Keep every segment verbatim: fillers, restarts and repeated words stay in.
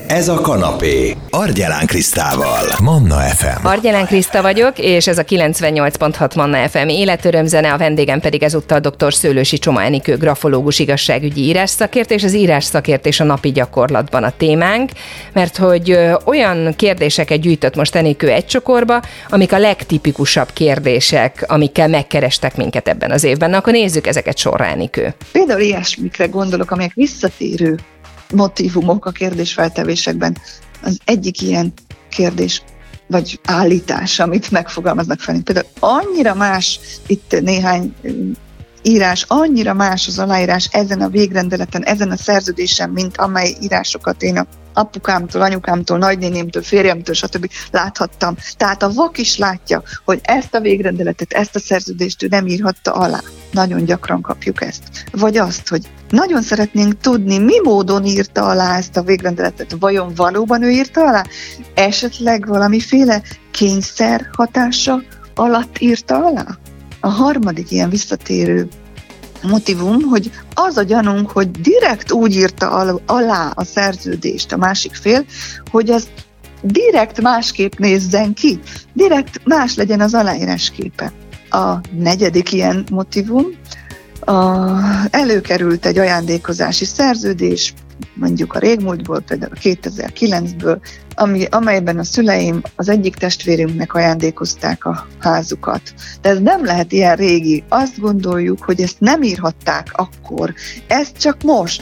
Ez a kanapé. Argyelán Krisztával. Manna ef em. Argyelán Kriszta vagyok, és ez a kilencvennyolc pont hat Manna ef em életörömzene, a vendégem pedig ezúttal dr. Szőlősi Csoma Enikő, grafológus, igazságügyi írásszakértő, és az írásszakértés a napi gyakorlatban a témánk, mert hogy olyan kérdéseket gyűjtött most Enikő egy csokorba, amik a legtipikusabb kérdések, amikkel megkerestek minket ebben az évben. Na, akkor nézzük ezeket sorra, Enikő. Például ilyesmikre gondolok, amelyek visszatérő motívumok a kérdésfeltevésekben. Az egyik ilyen kérdés, vagy állítás, amit megfogalmaznak fel. Például annyira más, itt néhány írás, annyira más az aláírás ezen a végrendeleten, ezen a szerződésen, mint amely írásokat én a apukámtól, anyukámtól, nagynénémtől, férjemtől, stb. Láthattam. Tehát a vak is látja, hogy ezt a végrendeletet, ezt a szerződést ő nem írhatta alá. Nagyon gyakran kapjuk ezt. Vagy azt, hogy nagyon szeretnénk tudni, mi módon írta alá ezt a végrendeletet. Vajon valóban ő írta alá? Esetleg valamiféle kényszer hatása alatt írta alá? A harmadik ilyen visszatérő motivum, hogy az a gyanunk, hogy direkt úgy írta alá a szerződést a másik fél, hogy az direkt másképp nézzen ki, direkt más legyen az aláírás képe. A negyedik ilyen motivum, a, előkerült egy ajándékozási szerződés, mondjuk a régmúltból, például a kétezer-kilencből, ami, amelyben a szüleim az egyik testvérünknek ajándékozták a házukat. De ez nem lehet ilyen régi. Azt gondoljuk, hogy ezt nem írhatták akkor. Ezt csak most,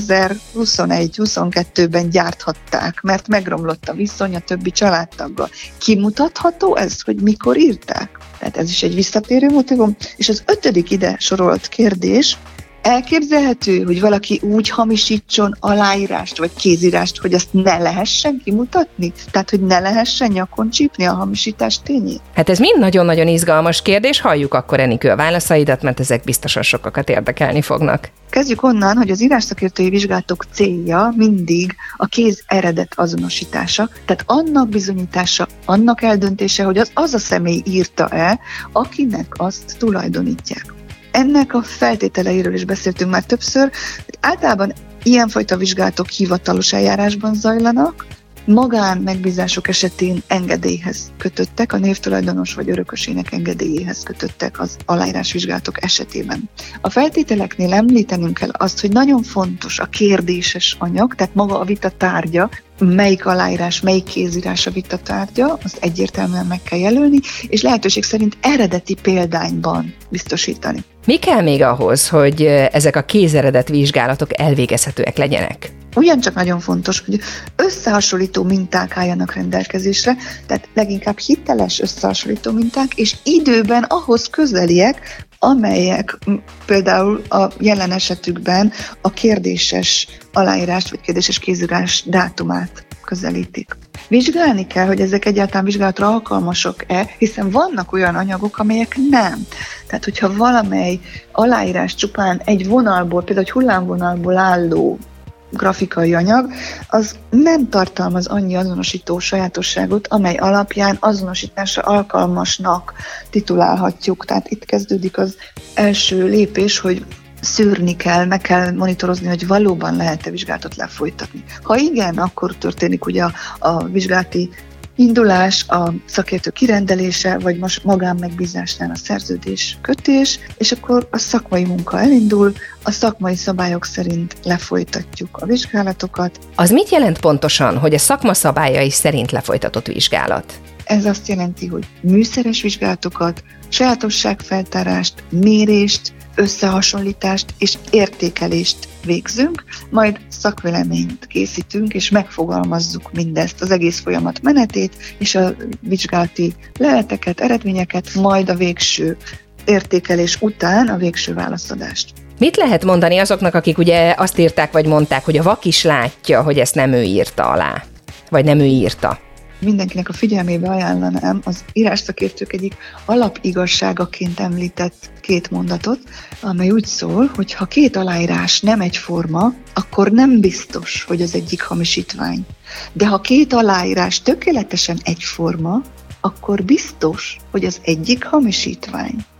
kétezer-huszonegy-huszonkettőben gyárthatták, mert megromlott a viszony a többi családtaggal. Kimutatható ez, hogy mikor írták? Tehát ez is egy visszatérő motivum. És az ötödik ide sorolt kérdés, elképzelhető, hogy valaki úgy hamisítson aláírást vagy kézírást, hogy azt ne lehessen kimutatni? Tehát, hogy ne lehessen nyakon csípni a hamisítás tényét? Hát ez mind nagyon-nagyon izgalmas kérdés, halljuk akkor, Enikő, a válaszaidat, mert ezek biztosan sokakat érdekelni fognak. Kezdjük onnan, hogy az írásszakértői vizsgálatok célja mindig a kéz eredet azonosítása, tehát annak bizonyítása, annak eldöntése, hogy az, az a személy írta-e, akinek azt tulajdonítják. Ennek a feltételeiről is beszéltünk már többször, hogy általában ilyenfajta vizsgálatok hivatalos eljárásban zajlanak, magán megbízások esetén engedélyhez kötöttek, a névtulajdonos vagy örökösének engedélyéhez kötöttek az aláírásvizsgálatok esetében. A feltételeknél említenünk kell azt, hogy nagyon fontos a kérdéses anyag, tehát maga a vita tárgya, melyik aláírás, melyik kézírás a vita tárgya, azt egyértelműen meg kell jelölni, és lehetőség szerint eredeti példányban biztosítani. Mi kell még ahhoz, hogy ezek a kézeredet vizsgálatok elvégezhetőek legyenek? Ugyancsak nagyon fontos, hogy összehasonlító minták álljanak rendelkezésre, tehát leginkább hiteles összehasonlító minták, és időben ahhoz közeliek, amelyek például a jelen esetükben a kérdéses aláírás vagy kérdéses kézírás dátumát közelítik. Vizsgálni kell, hogy ezek egyáltalán vizsgálatra alkalmasok-e, hiszen vannak olyan anyagok, amelyek nem. Tehát, hogyha valamely aláírás csupán egy vonalból, például egy hullámvonalból álló grafikai anyag, az nem tartalmaz annyi azonosító sajátosságot, amely alapján azonosításra alkalmasnak titulálhatjuk. Tehát itt kezdődik az első lépés, hogy szűrni kell, meg kell monitorozni, hogy valóban lehet-e vizsgálatot lefolytatni. Ha igen, akkor történik ugye a, a vizsgálati indulás, a szakértő kirendelése, vagy most magánmegbízásnál a szerződés kötés, és akkor a szakmai munka elindul, a szakmai szabályok szerint lefolytatjuk a vizsgálatokat. Az mit jelent pontosan, hogy a szakma szabályai szerint lefolytatott vizsgálat? Ez azt jelenti, hogy műszeres vizsgálatokat, sajátosságfeltárást, mérést, összehasonlítást és értékelést végzünk, majd szakvéleményt készítünk, és megfogalmazzuk mindezt, az egész folyamat menetét, és a vizsgálati leleteket, eredményeket, majd a végső értékelés után a végső válaszadást. Mit lehet mondani azoknak, akik ugye azt írták, vagy mondták, hogy a vak is látja, hogy ezt nem ő írta alá, vagy nem ő írta? Mindenkinek a figyelmébe ajánlanám az írásszakértők egyik alapigazságaként említett két mondatot, amely úgy szól, hogy ha két aláírás nem egyforma, akkor nem biztos, hogy az egyik hamisítvány. De ha két aláírás tökéletesen egyforma, akkor biztos, hogy az egyik hamisítvány.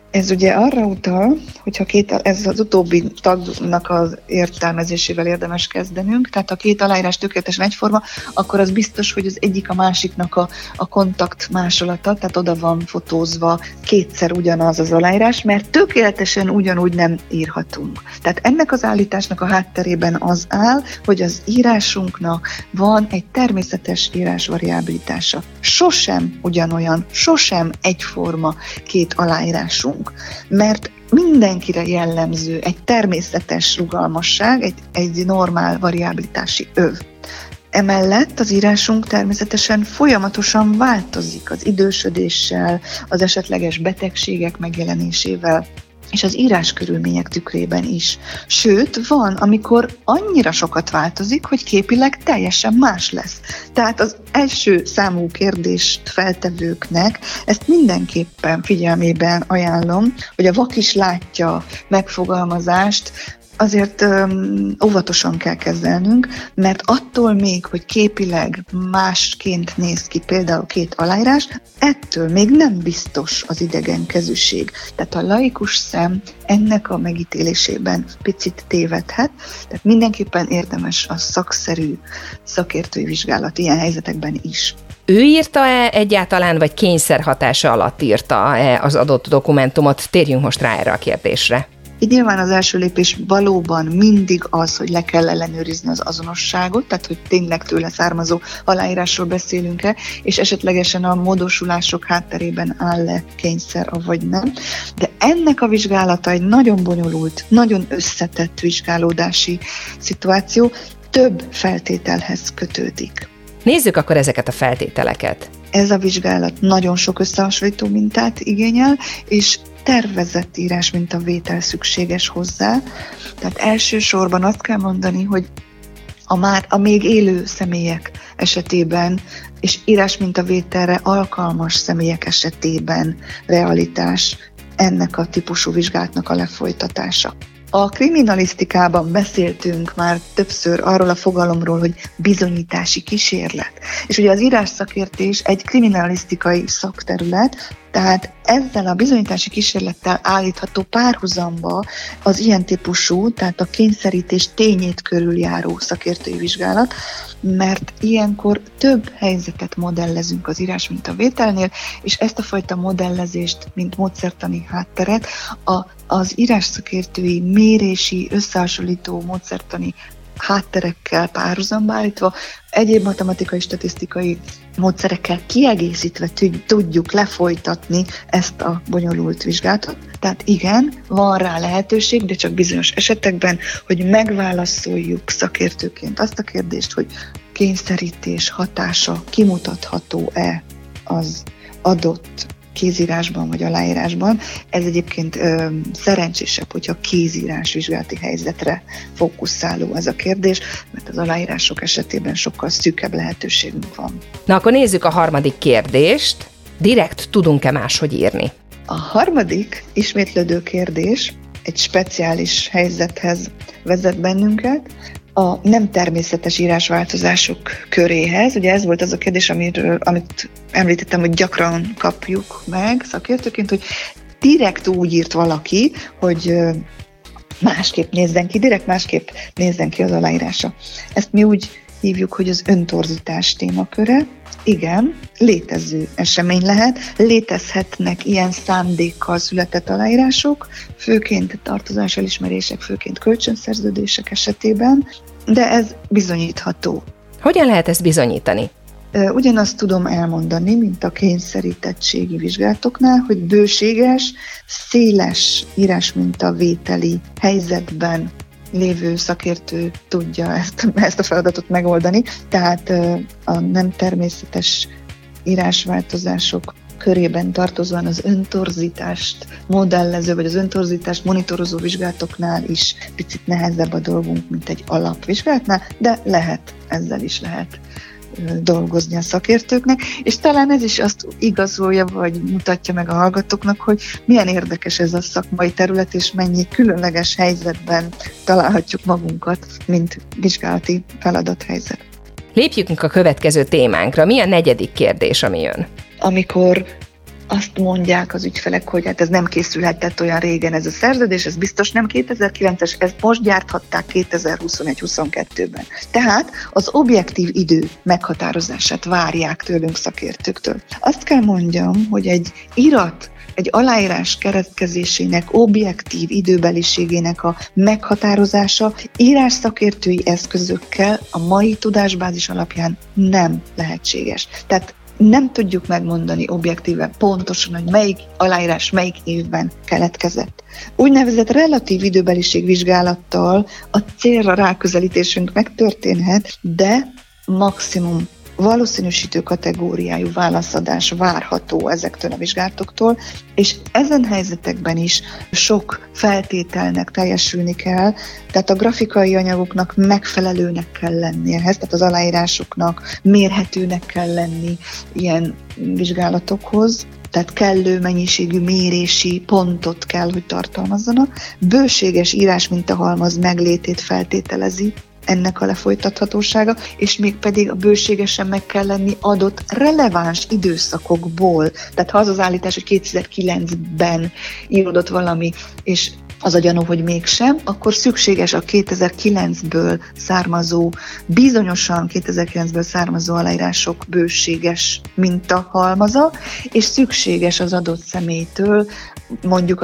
Ez ugye arra utal, hogyha két, ez az utóbbi tagnak az értelmezésével érdemes kezdenünk, tehát ha két aláírás tökéletesen egyforma, akkor az biztos, hogy az egyik a másiknak a, a kontakt másolata, tehát oda van fotózva kétszer ugyanaz az aláírás, mert tökéletesen ugyanúgy nem írhatunk. Tehát ennek az állításnak a hátterében az áll, hogy az írásunknak van egy természetes írásvariabilitása. Sosem ugyanolyan, sosem egyforma két aláírásunk. Mert mindenkire jellemző egy természetes rugalmasság, egy, egy normál variabilitási öv. Emellett az írásunk természetesen folyamatosan változik az idősödéssel, az esetleges betegségek megjelenésével, és az íráskörülmények tükrében is. Sőt, van, amikor annyira sokat változik, hogy képileg teljesen más lesz. Tehát az első számú kérdést feltevőknek ezt mindenképpen figyelmében ajánlom, hogy a vak is látja megfogalmazást, azért öm, óvatosan kell kezelnünk, mert attól még, hogy képileg másként néz ki például két aláírás, ettől még nem biztos az idegenkezűség. Tehát a laikus szem ennek a megítélésében picit tévedhet, tehát mindenképpen érdemes a szakszerű szakértői vizsgálat ilyen helyzetekben is. Ő írta-e egyáltalán, vagy kényszerhatása alatt írta-e az adott dokumentumot? Térjünk most rá erre a kérdésre. Így nyilván az első lépés valóban mindig az, hogy le kell ellenőrizni az azonosságot, tehát hogy tényleg tőle származó aláírásról beszélünk-e, és esetlegesen a módosulások hátterében áll-e kényszer, avagy nem. De ennek a vizsgálata egy nagyon bonyolult, nagyon összetett vizsgálódási szituáció, több feltételhez kötődik. Nézzük akkor ezeket a feltételeket. Ez a vizsgálat nagyon sok összehasonlító mintát igényel, és tervezett írás mintavétel szükséges hozzá. Tehát elsősorban azt kell mondani, hogy a, már, a még élő személyek esetében és írás mintavételre alkalmas személyek esetében realitás ennek a típusú vizsgálatnak a lefolytatása. A kriminalisztikában beszéltünk már többször arról a fogalomról, hogy bizonyítási kísérlet. És ugye az írásszakértés egy kriminalisztikai szakterület, tehát ezzel a bizonyítási kísérlettel állítható párhuzamba az ilyen típusú, tehát a kényszerítés tényét körüljáró szakértői vizsgálat, mert ilyenkor több helyzetet modellezünk az írás mintavételnél, és ezt a fajta modellezést, mint módszertani hátteret, a, az írásszakértői mérési, összehasonlító módszertani hátterekkel párhuzamba állítva, egyéb matematikai, statisztikai módszerekkel kiegészítve tudjuk lefolytatni ezt a bonyolult vizsgálatot. Tehát igen, van rá lehetőség, de csak bizonyos esetekben, hogy megválaszoljuk szakértőként azt a kérdést, hogy kényszerítés hatása kimutatható-e az adott kézírásban vagy aláírásban. Ez egyébként ö, szerencsésebb, hogyha kézírás vizsgálati helyzetre fókuszáló ez a kérdés, mert az aláírások esetében sokkal szűkebb lehetőségünk van. Na akkor nézzük a harmadik kérdést. Direkt tudunk-e máshogy írni? A harmadik ismétlődő kérdés egy speciális helyzethez vezet bennünket, a nem természetes írásváltozások köréhez. Ugye ez volt az a kérdés, amiről, amit említettem, hogy gyakran kapjuk meg szakértőként, hogy direkt úgy írt valaki, hogy másképp nézzen ki, direkt másképp nézzen ki az aláírása. Ezt mi úgy hívjuk, hogy az öntorzítás témaköre. Igen, létező esemény lehet, létezhetnek ilyen szándékkal született aláírások, főként tartozás elismerések, főként kölcsönszerződések esetében, de ez bizonyítható. Hogyan lehet ezt bizonyítani? Ugyanazt tudom elmondani, mint a kényszerítettségi vizsgálatoknál, hogy bőséges, széles írásmintavételi helyzetben lévő szakértő tudja ezt, ezt a feladatot megoldani, tehát a nem természetes írásváltozások körében tartozóan az öntorzítást modellező, vagy az öntorzítást monitorozó vizsgálatoknál is picit nehezebb a dolgunk, mint egy alapvizsgálatnál, de lehet, ezzel is lehet dolgozni a szakértőknek, és talán ez is azt igazolja, vagy mutatja meg a hallgatóknak, hogy milyen érdekes ez a szakmai terület, és mennyi különleges helyzetben találhatjuk magunkat, mint vizsgálati feladathelyzet. Lépjünk a következő témánkra. Mi a negyedik kérdés, ami jön? Amikor azt mondják az ügyfelek, hogy hát ez nem készülhetett olyan régen ez a szerződés, ez biztos nem kétezer-kilences, ezt most gyárthatták kétezer-huszonegy-huszonkettőben. Tehát az objektív idő meghatározását várják tőlünk szakértőktől. Azt kell mondjam, hogy egy irat, egy aláírás keretkezésének, objektív időbeliségének a meghatározása írás szakértői eszközökkel a mai tudásbázis alapján nem lehetséges. Tehát nem tudjuk megmondani objektíven pontosan, hogy melyik aláírás melyik évben keletkezett. Úgynevezett relatív időbeliség vizsgálattal a célra ráközelítésünk megtörténhet, de maximum valószínűsítő kategóriájú válaszadás várható ezektől a vizsgálatoktól, és ezen helyzetekben is sok feltételnek teljesülni kell, tehát a grafikai anyagoknak megfelelőnek kell lenni ehhez, tehát az aláírásoknak mérhetőnek kell lenni ilyen vizsgálatokhoz, tehát kellő mennyiségű mérési pontot kell, hogy tartalmazzanak. Bőséges írásmintahalmaz meglétét feltételezi ennek a lefolytathatósága, és mégpedig a bőségesen meg kell lenni adott releváns időszakokból. Tehát ha az az állítás, hogy kétezer-kilencben íródott valami, és az a gyanú, hogy mégsem, akkor szükséges a kétezer-kilencből származó, bizonyosan kétezer-kilencből származó aláírások bőséges mintahalmaza, és szükséges az adott személytől mondjuk a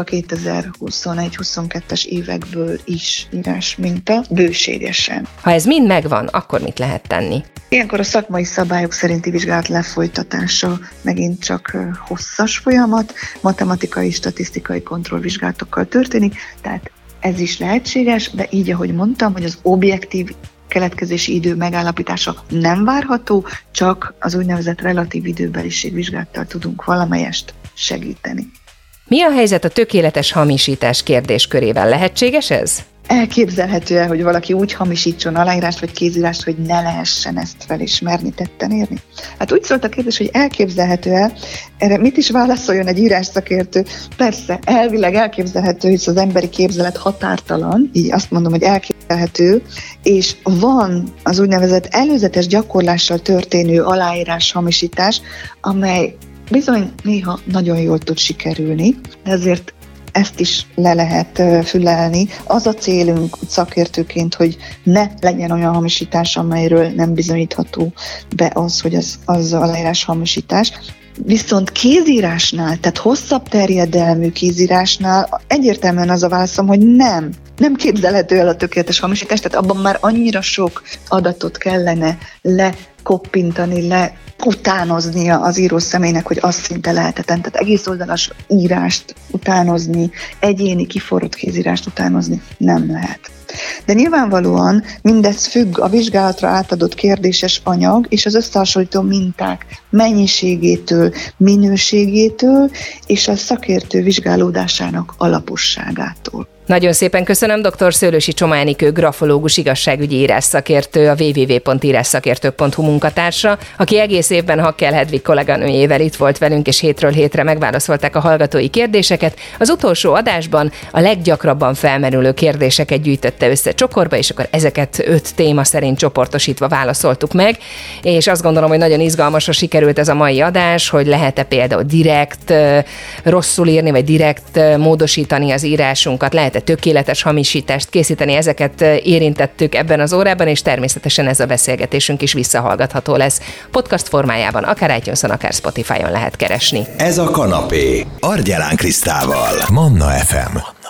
kétezer-huszonegy-huszonkettes évekből is írás minta bőségesen. Ha ez mind megvan, akkor mit lehet tenni? Ilyenkor a szakmai szabályok szerinti vizsgálat lefolytatása megint csak hosszas folyamat, matematikai, statisztikai kontrollvizsgálatokkal történik, tehát ez is lehetséges, de így, ahogy mondtam, hogy az objektív keletkezési idő megállapítása nem várható, csak az úgynevezett relatív időbeliség vizsgálattal tudunk valamelyest segíteni. Mi a helyzet a tökéletes hamisítás kérdéskörével? Lehetséges ez? Elképzelhető-e, hogy valaki úgy hamisítson aláírást vagy kézírást, hogy ne lehessen ezt felismerni, tetten érni? Hát úgy szólt a kérdés, hogy elképzelhető-e, erre mit is válaszoljon egy írásszakértő? Persze, elvileg elképzelhető, hisz az emberi képzelet határtalan, így azt mondom, hogy elképzelhető, és van az úgynevezett előzetes gyakorlással történő aláírás hamisítás, amely bizony néha nagyon jól tud sikerülni, de azért ezt is le lehet fülelni. Az a célunk szakértőként, hogy ne legyen olyan hamisítás, amelyről nem bizonyítható be az, hogy az, az aláírás hamisítás. Viszont kézírásnál, tehát hosszabb terjedelmű kézírásnál egyértelműen az a válaszom, hogy nem. Nem képzelhető el a tökéletes hamisítás, tehát abban már annyira sok adatot kellene lekoppintani, le utánoznia az író személynek, hogy az szinte lehetetlen. Tehát egész oldalas írást utánozni, egyéni kiforrott kézírást utánozni nem lehet. De nyilvánvalóan mindez függ a vizsgálatra átadott kérdéses anyag és az összehasonlító minták mennyiségétől, minőségétől és a szakértő vizsgálódásának alaposságától. Nagyon szépen köszönöm, dr. Szőlősi Csoma Enikő grafológus, igazságügyi írásszakértő, a double-u double-u double-u pont írásszakértők pont hu munkatársa, aki egész évben Hakkel Hedvig kolléganőjével itt volt velünk, és hétről hétre megválaszolták a hallgatói kérdéseket. Az utolsó adásban a leggyakrabban felmerülő kérdéseket gyűjtötte össze csokorba, és akkor ezeket öt téma szerint csoportosítva válaszoltuk meg, és azt gondolom, hogy nagyon izgalmasra sikerült ez a mai adás, hogy lehet-e például direkt rosszul írni, vagy direkt módosítani az írásunkat, lehet tökéletes hamisítást készíteni, ezeket érintettük ebben az órában, és természetesen ez a beszélgetésünk is visszahallgatható lesz. Podcast formájában, akár iTunes-on, akár Spotify-on lehet keresni. Ez a kanapé Argyelán Krisztával, Manna ef em.